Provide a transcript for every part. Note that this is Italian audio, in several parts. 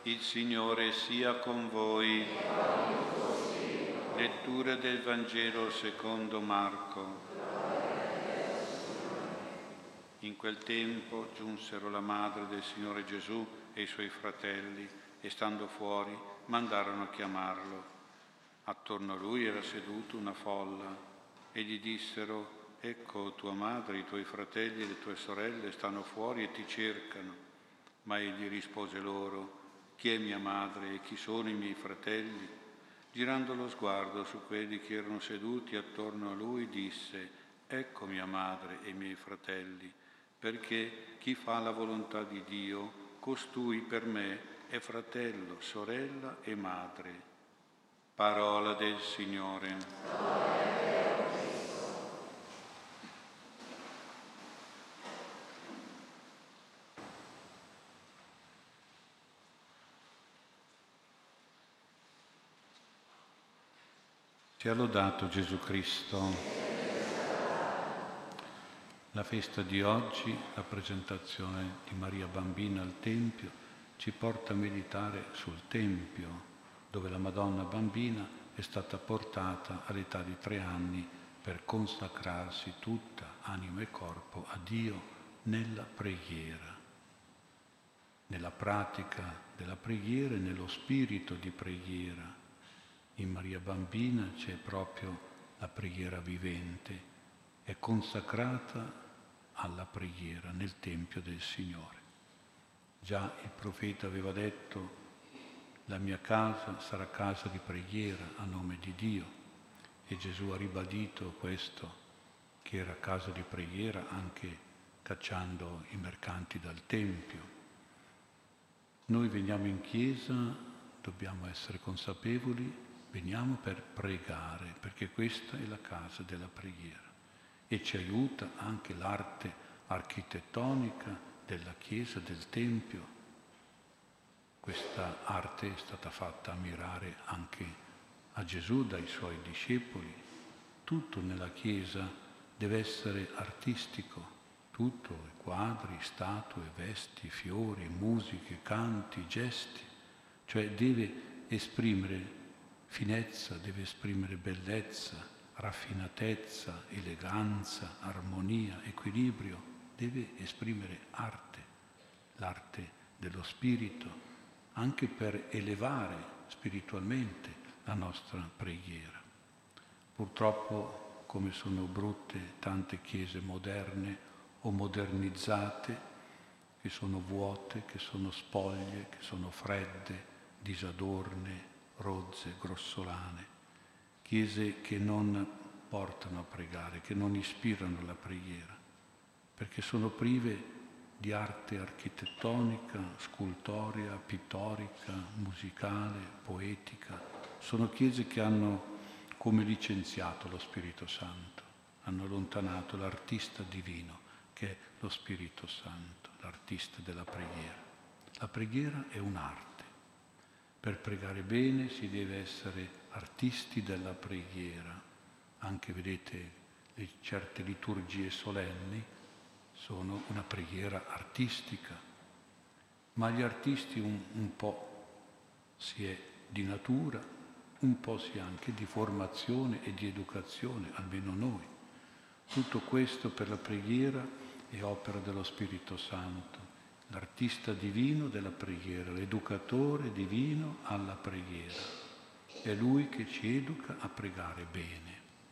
Il Signore sia con voi. Lettura del Vangelo secondo Marco. In quel tempo giunsero la madre del Signore Gesù e i suoi fratelli e stando fuori mandarono a chiamarlo. Attorno a lui era seduta una folla e gli dissero: ecco, tua madre, i tuoi fratelli e le tue sorelle stanno fuori e ti cercano. Ma egli rispose loro: chi è mia madre e chi sono i miei fratelli? Girando lo sguardo su quelli che erano seduti attorno a lui, disse: ecco mia madre e i miei fratelli, perché chi fa la volontà di Dio, costui per me è fratello, sorella e madre. Parola del Signore. Sia lodato Gesù Cristo. La festa di oggi, la presentazione di Maria Bambina al Tempio, ci porta a meditare sul Tempio, dove la Madonna Bambina è stata portata all'età di 3 anni per consacrarsi tutta, anima e corpo, a Dio nella preghiera, nella pratica della preghiera e nello spirito di preghiera. In Maria Bambina c'è proprio la preghiera vivente, è consacrata alla preghiera nel Tempio del Signore. Già il profeta aveva detto: la mia casa sarà casa di preghiera a nome di Dio, e Gesù ha ribadito questo, che era casa di preghiera anche cacciando i mercanti dal Tempio. Noi veniamo in chiesa, dobbiamo essere consapevoli. Veniamo per pregare, perché questa è la casa della preghiera e ci aiuta anche l'arte architettonica della chiesa, del Tempio. Questa arte è stata fatta ammirare anche a Gesù dai suoi discepoli. Tutto nella chiesa deve essere artistico, tutto, i quadri, statue, vesti, fiori, musiche, canti, gesti, cioè deve esprimere finezza, deve esprimere bellezza, raffinatezza, eleganza, armonia, equilibrio, deve esprimere arte, l'arte dello spirito, anche per elevare spiritualmente la nostra preghiera. Purtroppo, come sono brutte tante chiese moderne o modernizzate, che sono vuote, che sono spoglie, che sono fredde, disadorne, rozze, grossolane, chiese che non portano a pregare, che non ispirano la preghiera, perché sono prive di arte architettonica, scultorea, pittorica, musicale, poetica. Sono chiese che hanno come licenziato lo Spirito Santo, hanno allontanato l'artista divino che è lo Spirito Santo, l'artista della preghiera. La preghiera è un'arte. Per pregare bene si deve essere artisti della preghiera. Anche, vedete, certe liturgie solenni sono una preghiera artistica. Ma gli artisti un po' si è di natura, un po' si è anche di formazione e di educazione, almeno noi. Tutto questo per la preghiera è opera dello Spirito Santo. L'artista divino della preghiera, l'educatore divino alla preghiera. È Lui che ci educa a pregare bene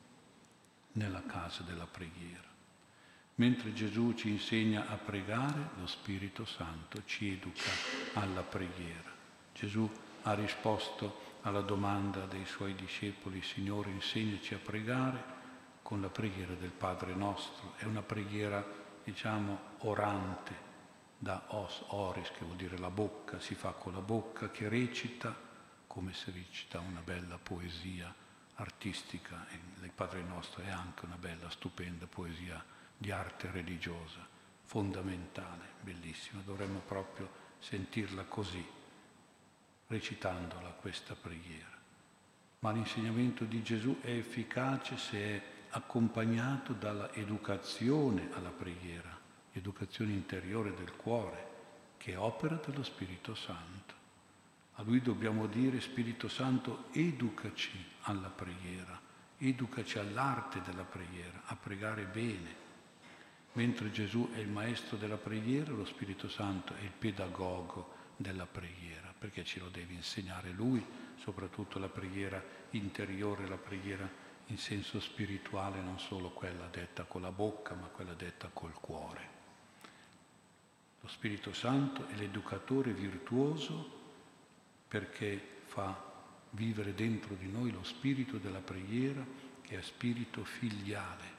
nella casa della preghiera. Mentre Gesù ci insegna a pregare, lo Spirito Santo ci educa alla preghiera. Gesù ha risposto alla domanda dei suoi discepoli: Signore, insegnaci a pregare, con la preghiera del Padre nostro. È una preghiera, orante, da oris, che vuol dire la bocca, si fa con la bocca, che recita come se recita una bella poesia artistica. E il Padre nostro è anche una bella, stupenda poesia di arte religiosa, fondamentale, bellissima. Dovremmo proprio sentirla così, recitandola questa preghiera. Ma l'insegnamento di Gesù è efficace se è accompagnato dalla educazione alla preghiera, educazione interiore del cuore, che è opera dello Spirito Santo. A Lui dobbiamo dire: Spirito Santo, educaci alla preghiera, educaci all'arte della preghiera, a pregare bene. Mentre Gesù è il maestro della preghiera, lo Spirito Santo è il pedagogo della preghiera, perché ce lo deve insegnare Lui, soprattutto la preghiera interiore, la preghiera in senso spirituale, non solo quella detta con la bocca, ma quella detta col cuore. Lo Spirito Santo è l'educatore virtuoso perché fa vivere dentro di noi lo spirito della preghiera, che è spirito filiale,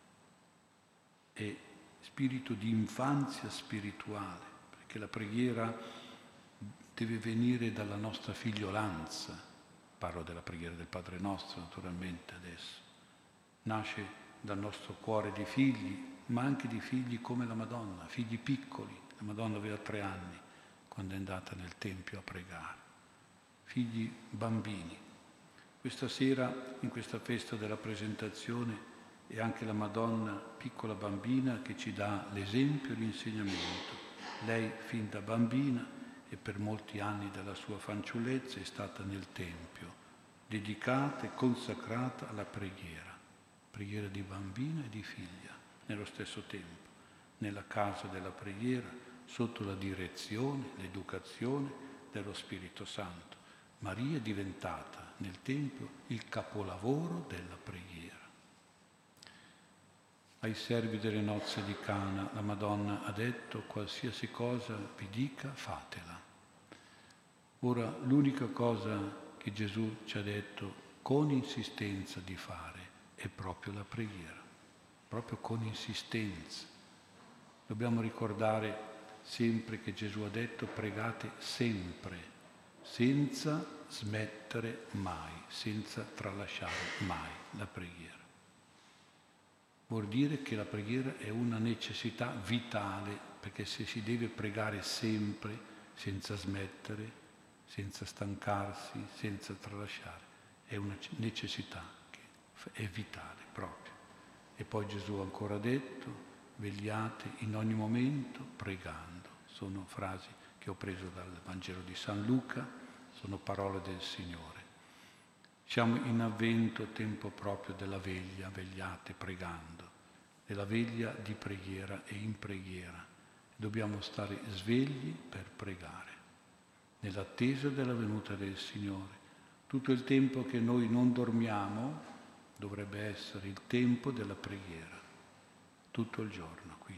è spirito di infanzia spirituale, perché la preghiera deve venire dalla nostra figliolanza. Parlo della preghiera del Padre Nostro, naturalmente, adesso. Nasce dal nostro cuore di figli, ma anche di figli come la Madonna, figli piccoli. La Madonna aveva 3 anni quando è andata nel Tempio a pregare. Figli bambini. Questa sera, in questa festa della presentazione, è anche la Madonna, piccola bambina, che ci dà l'esempio e l'insegnamento. Lei, fin da bambina e per molti anni della sua fanciullezza, è stata nel Tempio, dedicata e consacrata alla preghiera di bambina e di figlia, nello stesso tempo, nella casa della preghiera, sotto la direzione, l'educazione dello Spirito Santo. Maria è diventata nel Tempio il capolavoro della preghiera. Ai servi delle nozze di Cana la Madonna ha detto: qualsiasi cosa vi dica, fatela. Ora, l'unica cosa che Gesù ci ha detto con insistenza di fare è proprio la preghiera, proprio con insistenza. Dobbiamo ricordare sempre che Gesù ha detto: pregate sempre, senza smettere mai, senza tralasciare mai la preghiera. Vuol dire che la preghiera è una necessità vitale, perché se si deve pregare sempre, senza smettere, senza stancarsi, senza tralasciare, è una necessità che è vitale proprio. E poi Gesù ha ancora detto: vegliate in ogni momento pregando. Sono frasi che ho preso dal Vangelo di San Luca, sono parole del Signore. Siamo in avvento, tempo proprio della veglia, vegliate pregando, della veglia di preghiera e in preghiera. Dobbiamo stare svegli per pregare, nell'attesa della venuta del Signore. Tutto il tempo che noi non dormiamo dovrebbe essere il tempo della preghiera, tutto il giorno quindi.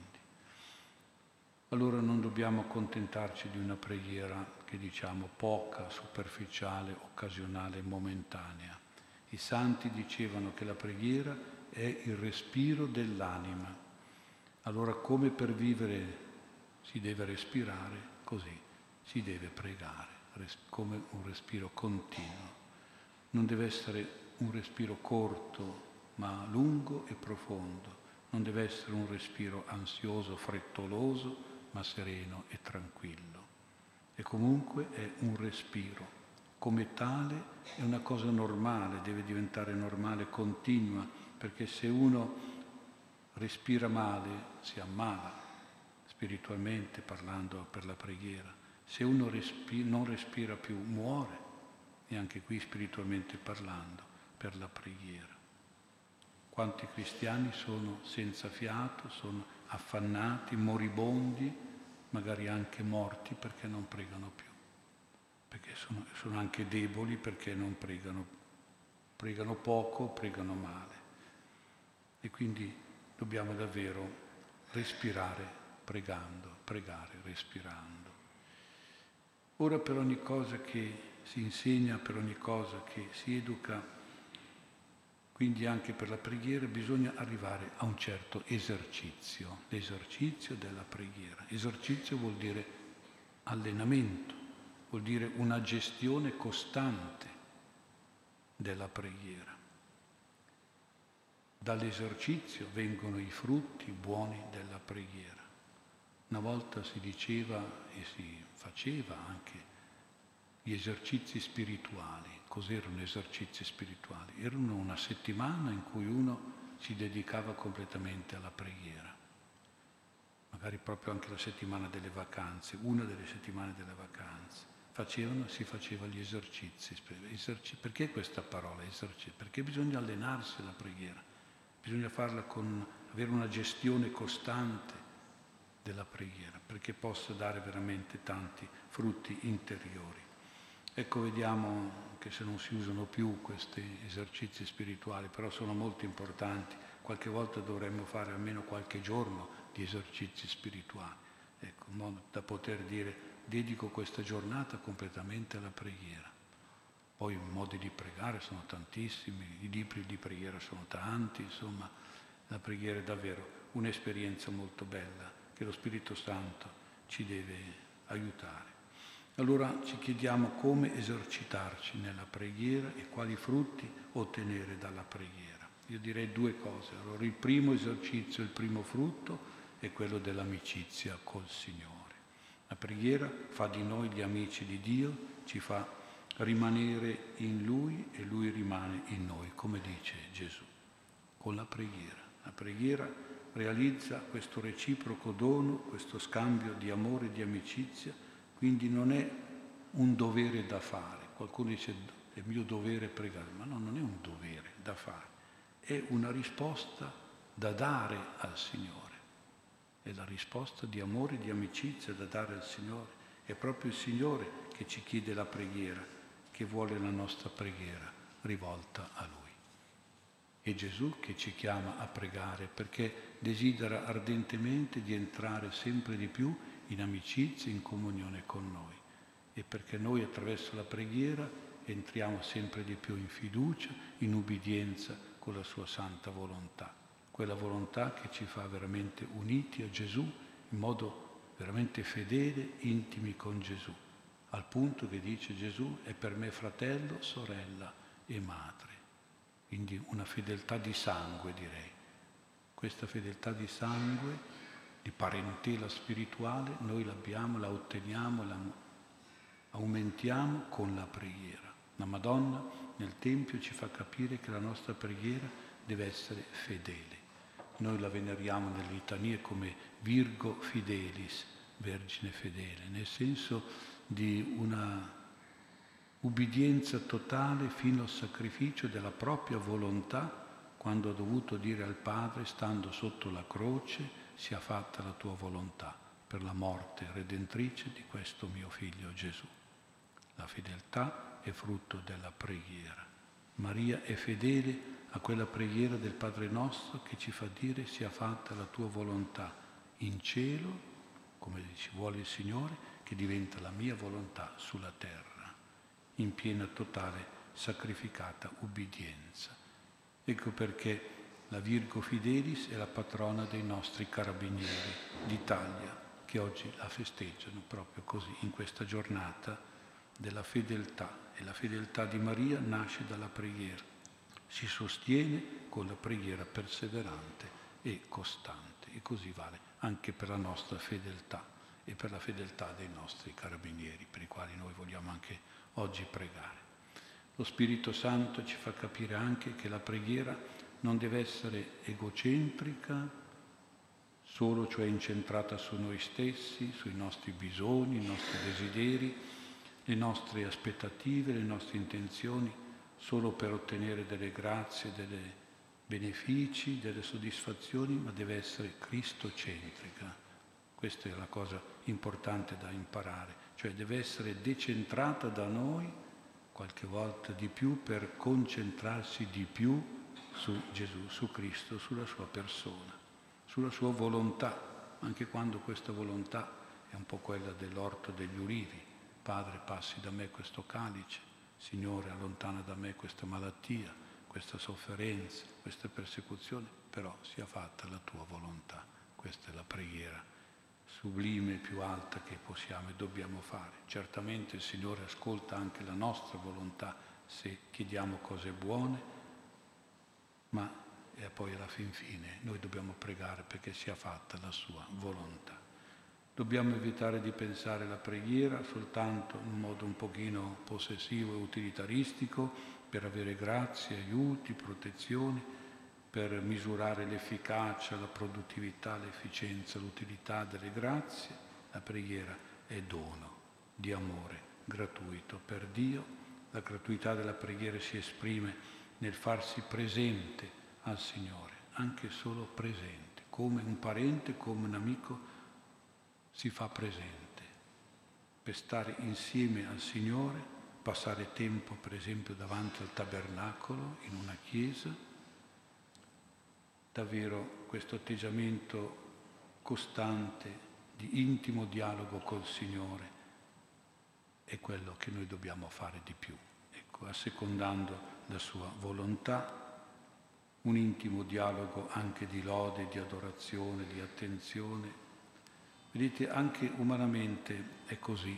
Allora non dobbiamo accontentarci di una preghiera che diciamo poca, superficiale, occasionale, momentanea. I santi dicevano che la preghiera è il respiro dell'anima. Allora, come per vivere si deve respirare, così si deve pregare, come un respiro continuo. Non deve essere un respiro corto, ma lungo e profondo. Non deve essere un respiro ansioso, frettoloso, ma sereno e tranquillo. E comunque è un respiro. Come tale è una cosa normale, deve diventare normale, continua, perché se uno respira male si ammala, spiritualmente parlando per la preghiera. Se uno non respira più muore, e anche qui spiritualmente parlando, per la preghiera. Quanti cristiani sono senza fiato, sono affannati, moribondi, magari anche morti perché non pregano più, perché sono anche deboli perché non pregano poco, pregano male. E quindi dobbiamo davvero respirare pregando, pregare respirando. Ora, per ogni cosa che si insegna, per ogni cosa che si educa, quindi anche per la preghiera, bisogna arrivare a un certo esercizio, l'esercizio della preghiera. Esercizio vuol dire allenamento, vuol dire una gestione costante della preghiera. Dall'esercizio vengono i frutti buoni della preghiera. Una volta si diceva e si faceva anche gli esercizi spirituali. Cos'erano esercizi spirituali? Erano una settimana in cui uno si dedicava completamente alla preghiera. Magari proprio anche la settimana delle vacanze, una delle settimane delle vacanze. si faceva gli esercizi. Perché questa parola esercizio? Perché bisogna allenarsi alla preghiera, bisogna farla avere una gestione costante della preghiera, perché possa dare veramente tanti frutti interiori. Ecco, vediamo che se non si usano più questi esercizi spirituali, però sono molto importanti, qualche volta dovremmo fare almeno qualche giorno di esercizi spirituali, ecco, in modo da poter dire dedico questa giornata completamente alla preghiera. Poi i modi di pregare sono tantissimi, i libri di preghiera sono tanti, insomma, la preghiera è davvero un'esperienza molto bella che lo Spirito Santo ci deve aiutare. Allora ci chiediamo come esercitarci nella preghiera e quali frutti ottenere dalla preghiera. Io direi due cose. Allora, il primo esercizio, il primo frutto è quello dell'amicizia col Signore. La preghiera fa di noi gli amici di Dio, ci fa rimanere in Lui e Lui rimane in noi, come dice Gesù, con la preghiera. La preghiera realizza questo reciproco dono, questo scambio di amore e di amicizia, quindi non è un dovere da fare. Qualcuno dice è mio dovere pregare, ma no, non è un dovere da fare, è una risposta da dare al Signore. È la risposta di amore e di amicizia da dare al Signore. È proprio il Signore che ci chiede la preghiera, che vuole la nostra preghiera rivolta a Lui. È Gesù che ci chiama a pregare perché desidera ardentemente di entrare sempre di più in amicizia, in comunione con noi. E perché noi attraverso la preghiera entriamo sempre di più in fiducia, in ubbidienza con la sua santa volontà. Quella volontà che ci fa veramente uniti a Gesù in modo veramente fedele, intimi con Gesù, al punto che dice Gesù è per me fratello, sorella e madre. Quindi una fedeltà di sangue, direi. Questa fedeltà di sangue, di parentela spirituale, noi l'abbiamo, la otteniamo, la aumentiamo con la preghiera. La Madonna nel Tempio ci fa capire che la nostra preghiera deve essere fedele. Noi la veneriamo nelle litanie come Virgo Fidelis, Vergine fedele, nel senso di una ubbidienza totale fino al sacrificio della propria volontà, quando ha dovuto dire al Padre, stando sotto la croce, sia fatta la tua volontà, per la morte redentrice di questo mio figlio Gesù. La fedeltà è frutto della preghiera. Maria è fedele a quella preghiera del Padre nostro che ci fa dire sia fatta la tua volontà in cielo, come ci vuole il Signore, che diventa la mia volontà sulla terra, in piena totale sacrificata ubbidienza. Ecco perché la Virgo Fidelis è la patrona dei nostri carabinieri d'Italia, che oggi la festeggiano proprio così, in questa giornata della fedeltà. E la fedeltà di Maria nasce dalla preghiera. Si sostiene con la preghiera perseverante e costante. E così vale anche per la nostra fedeltà e per la fedeltà dei nostri carabinieri, per i quali noi vogliamo anche oggi pregare. Lo Spirito Santo ci fa capire anche che la preghiera non deve essere egocentrica, solo cioè incentrata su noi stessi, sui nostri bisogni, i nostri desideri, le nostre aspettative, le nostre intenzioni, solo per ottenere delle grazie, dei benefici, delle soddisfazioni, ma deve essere cristocentrica. Questa è la cosa importante da imparare, cioè deve essere decentrata da noi, qualche volta di più, per concentrarsi di più su Gesù, su Cristo, sulla sua persona, sulla sua volontà, anche quando questa volontà è un po' quella dell'orto degli ulivi. Padre, passi da me questo calice, Signore, allontana da me questa malattia, questa sofferenza, questa persecuzione, però sia fatta la tua volontà. Questa è la preghiera sublime, più alta che possiamo e dobbiamo fare. Certamente il Signore ascolta anche la nostra volontà se chiediamo cose buone, ma poi alla fin fine noi dobbiamo pregare perché sia fatta la sua volontà. Dobbiamo evitare di pensare la preghiera soltanto in modo un pochino possessivo e utilitaristico per avere grazie, aiuti, protezioni, per misurare l'efficacia, la produttività, l'efficienza, l'utilità delle grazie. La preghiera è dono di amore gratuito per Dio. La gratuità della preghiera si esprime nel farsi presente al Signore, anche solo presente, come un parente, come un amico si fa presente, per stare insieme al Signore, passare tempo per esempio davanti al tabernacolo, in una chiesa. Davvero questo atteggiamento costante di intimo dialogo col Signore è quello che noi dobbiamo fare di più, ecco, assecondando la sua volontà, un intimo dialogo anche di lode, di adorazione, di attenzione. Vedete, anche umanamente è così.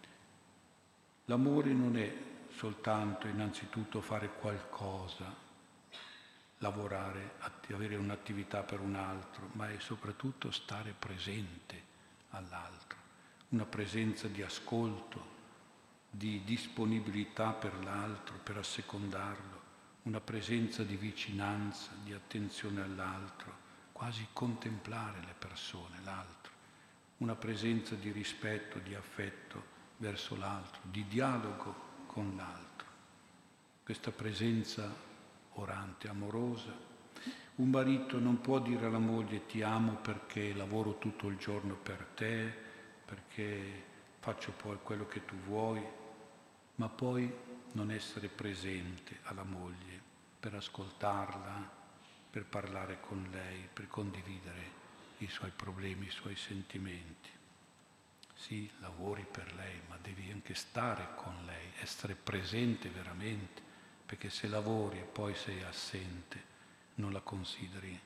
L'amore non è soltanto innanzitutto fare qualcosa, lavorare, avere un'attività per un altro, ma è soprattutto stare presente all'altro, una presenza di ascolto, di disponibilità per l'altro, per assecondarlo, una presenza di vicinanza, di attenzione all'altro, quasi contemplare le persone, l'altro, una presenza di rispetto, di affetto verso l'altro, di dialogo con l'altro. Questa presenza orante, amorosa. Un marito non può dire alla moglie ti amo perché lavoro tutto il giorno per te, perché faccio poi quello che tu vuoi, ma poi non essere presente alla moglie per ascoltarla, per parlare con lei, per condividere i suoi problemi, i suoi sentimenti. Sì, lavori per lei, ma devi anche stare con lei, essere presente veramente, perché se lavori e poi sei assente, non la consideri.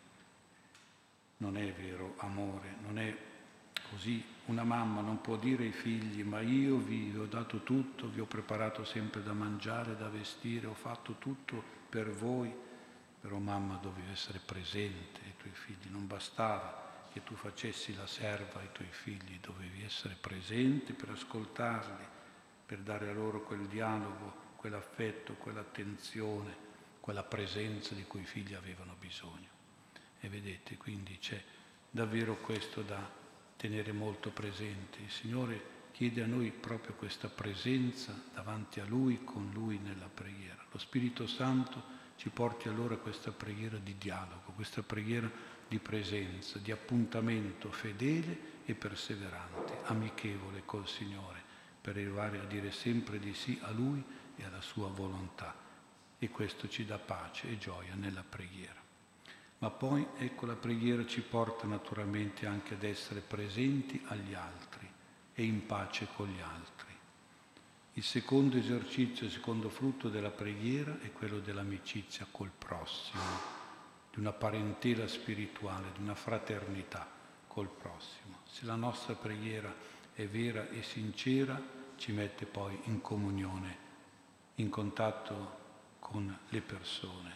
Non è vero amore, non è così. Una mamma non può dire ai figli ma io vi ho dato tutto, vi ho preparato sempre da mangiare, da vestire, ho fatto tutto per voi, però mamma dovevi essere presente ai tuoi figli, non bastava che tu facessi la serva ai tuoi figli, dovevi essere presente per ascoltarli, per dare a loro quel dialogo, quell'affetto, quell'attenzione, quella presenza di cui i figli avevano bisogno. E vedete, quindi c'è davvero questo da tenere molto presente. Il Signore chiede a noi proprio questa presenza davanti a Lui, con Lui nella preghiera. Lo Spirito Santo ci porti allora a questa preghiera di dialogo, questa preghiera di presenza, di appuntamento fedele e perseverante, amichevole col Signore, per arrivare a dire sempre di sì a Lui e alla Sua volontà. E questo ci dà pace e gioia nella preghiera. Ma poi, ecco, la preghiera ci porta naturalmente anche ad essere presenti agli altri e in pace con gli altri. Il secondo esercizio, il secondo frutto della preghiera è quello dell'amicizia col prossimo, di una parentela spirituale, di una fraternità col prossimo. Se la nostra preghiera è vera e sincera, ci mette poi in comunione, in contatto con le persone.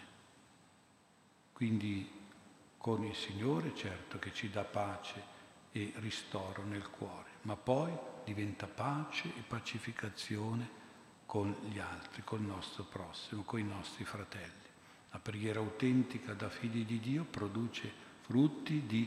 Quindi con il Signore certo che ci dà pace e ristoro nel cuore, ma poi diventa pace e pacificazione con gli altri, col nostro prossimo, con i nostri fratelli. La preghiera autentica da figli di Dio produce frutti di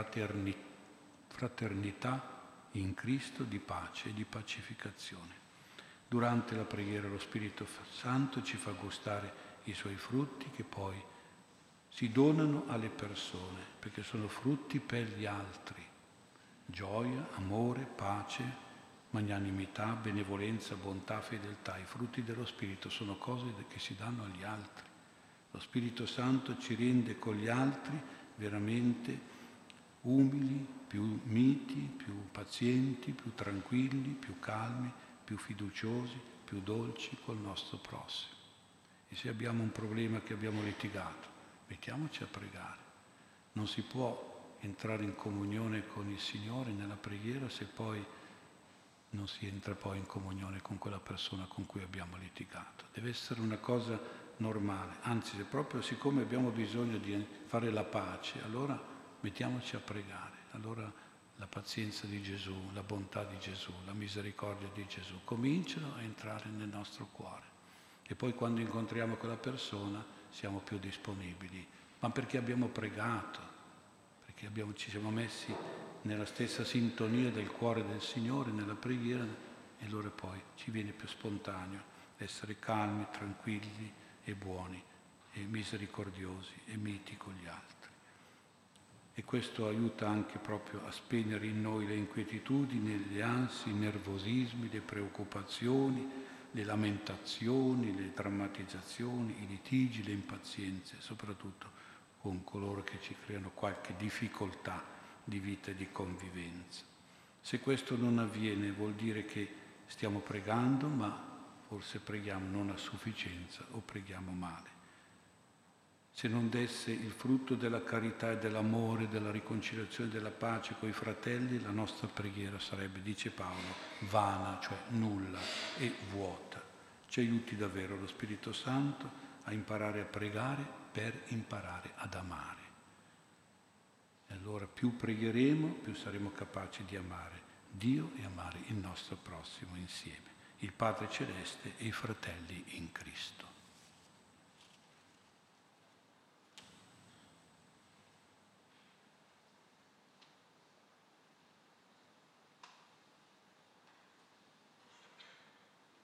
fraternità in Cristo, di pace e di pacificazione. Durante la preghiera lo Spirito Santo ci fa gustare i suoi frutti che poi si donano alle persone, perché sono frutti per gli altri. Gioia, amore, pace, magnanimità, benevolenza, bontà, fedeltà. I frutti dello Spirito sono cose che si danno agli altri. Lo Spirito Santo ci rende con gli altri veramente umili, più miti, più pazienti, più tranquilli, più calmi, più fiduciosi, più dolci col nostro prossimo. E se abbiamo un problema che abbiamo litigato, mettiamoci a pregare. Non si può entrare in comunione con il Signore nella preghiera se poi non si entra poi in comunione con quella persona con cui abbiamo litigato. Deve essere una cosa normale, anzi se proprio siccome abbiamo bisogno di fare la pace, allora mettiamoci a pregare. Allora la pazienza di Gesù, la bontà di Gesù, la misericordia di Gesù cominciano a entrare nel nostro cuore. E poi quando incontriamo quella persona siamo più disponibili, ma perché abbiamo pregato, perché ci siamo messi nella stessa sintonia del cuore del Signore, nella preghiera, e allora poi ci viene più spontaneo essere calmi, tranquilli e buoni e misericordiosi e miti con gli altri. E questo aiuta anche proprio a spegnere in noi le inquietudini, le ansie, i nervosismi, le preoccupazioni, le lamentazioni, le drammatizzazioni, i litigi, le impazienze, soprattutto con coloro che ci creano qualche difficoltà di vita e di convivenza. Se questo non avviene vuol dire che stiamo pregando, ma forse preghiamo non a sufficienza o preghiamo male. Se non desse il frutto della carità e dell'amore, della riconciliazione e della pace con i fratelli, la nostra preghiera sarebbe, dice Paolo, vana, cioè nulla e vuota. Ci aiuti davvero lo Spirito Santo a imparare a pregare per imparare ad amare. E allora più pregheremo, più saremo capaci di amare Dio e amare il nostro prossimo insieme, il Padre Celeste e i fratelli in Cristo.